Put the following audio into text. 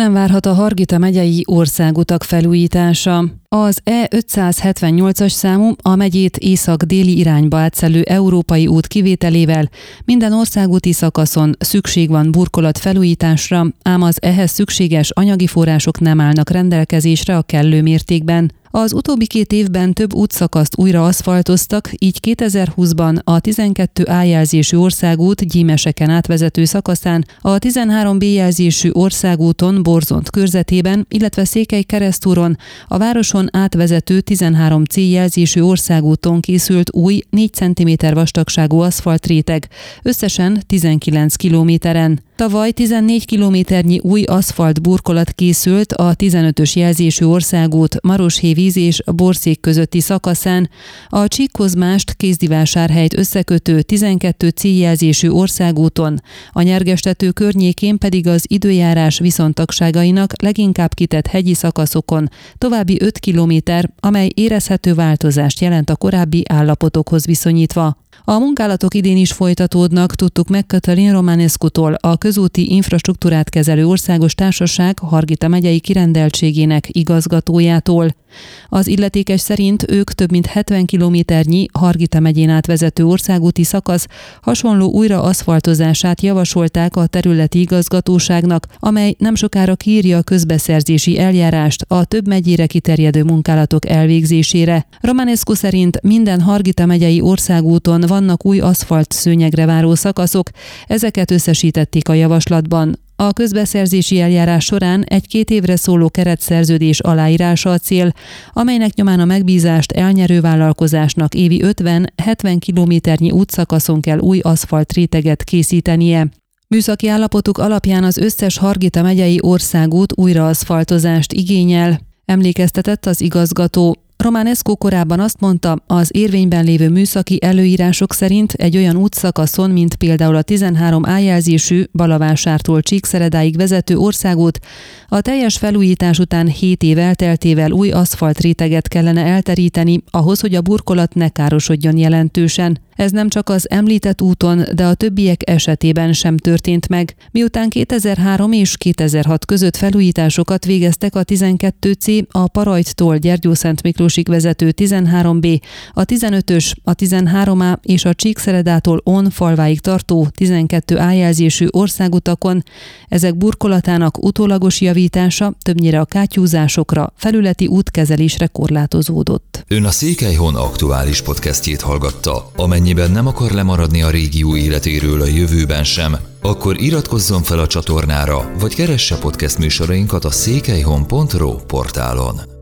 Nem várhat a Hargita megyei országutak felújítása. Az E578-as számú a megyét észak-déli irányba átszelő európai út kivételével minden országúti szakaszon szükség van burkolat felújításra, ám az ehhez szükséges anyagi források nem állnak rendelkezésre a kellő mértékben. Az utóbbi 2 évben több útszakaszt újra aszfaltoztak, így 2020-ban a 12 A jelzésű országút Gyímeseken átvezető szakaszán, a 13 B jelzésű országúton Borzont körzetében, illetve Székely-Keresztúron, a városon átvezető 13 C jelzésű országúton készült új 4 cm vastagságú aszfaltréteg, összesen 19 kilométeren. Tavaly 14 kilométernyi új aszfalt burkolat készült a 15-ös jelzésű országút Maroshévíz és Borszék közötti szakaszán, a Csíkkozmást Kézdivásárhelyt összekötő 12 C jelzésű országúton, a Nyergestető környékén pedig az időjárás viszontagságainak leginkább kitett hegyi szakaszokon további 5 kilométer, amely érezhető változást jelent a korábbi állapotokhoz viszonyítva. A munkálatok idén is folytatódnak, tudtuk meg Cătălin Romanescu-tól, a Közúti Infrastruktúrát Kezelő Országos Társaság Hargita megyei kirendeltségének igazgatójától. Az illetékes szerint ők több mint 70 kilométernyi Hargita megyén átvezető országúti szakasz hasonló újraaszfaltozását javasolták a területi igazgatóságnak, amely nem sokára kiírja a közbeszerzési eljárást a több megyére kiterjedő munkálatok elvégzésére. Romanescu szerint minden Hargita megyei országúton vannak új aszfalt szőnyegre váró szakaszok, ezeket összesítették a javaslatban. A közbeszerzési eljárás során egy 2 évre szóló keretszerződés aláírása a cél, amelynek nyomán a megbízást elnyerő vállalkozásnak évi 50-70 kilométernyi útszakaszon kell új aszfaltréteget készítenie. Műszaki állapotuk alapján az összes Hargita megyei országút újraaszfaltozást igényel, emlékeztetett az igazgató. Romanescu korábban azt mondta, az érvényben lévő műszaki előírások szerint egy olyan útszakaszon, mint például a 13 A jelzésű Balavásártól Csíkszeredáig vezető országút, a teljes felújítás után 7 év elteltével új aszfaltréteget kellene elteríteni, ahhoz, hogy a burkolat ne károsodjon jelentősen. Ez nem csak az említett úton, de a többiek esetében sem történt meg. Miután 2003 és 2006 között felújításokat végeztek a 12C, a Parajttól Gyergyószentmiklósig vezető 13B, a 15-ös, a 13A és a Csíkszeredától Falváig tartó 12 A jelzésű országutakon, ezek burkolatának utólagos javítása többnyire a kátyúzásokra, felületi útkezelésre korlátozódott. Ön a Székelyhon aktuális podcastjét hallgatta. Amennyiben nem akar lemaradni a régió életéről a jövőben sem, akkor iratkozzon fel a csatornára, vagy keresse podcast műsorainkat a székelyhon.ro portálon.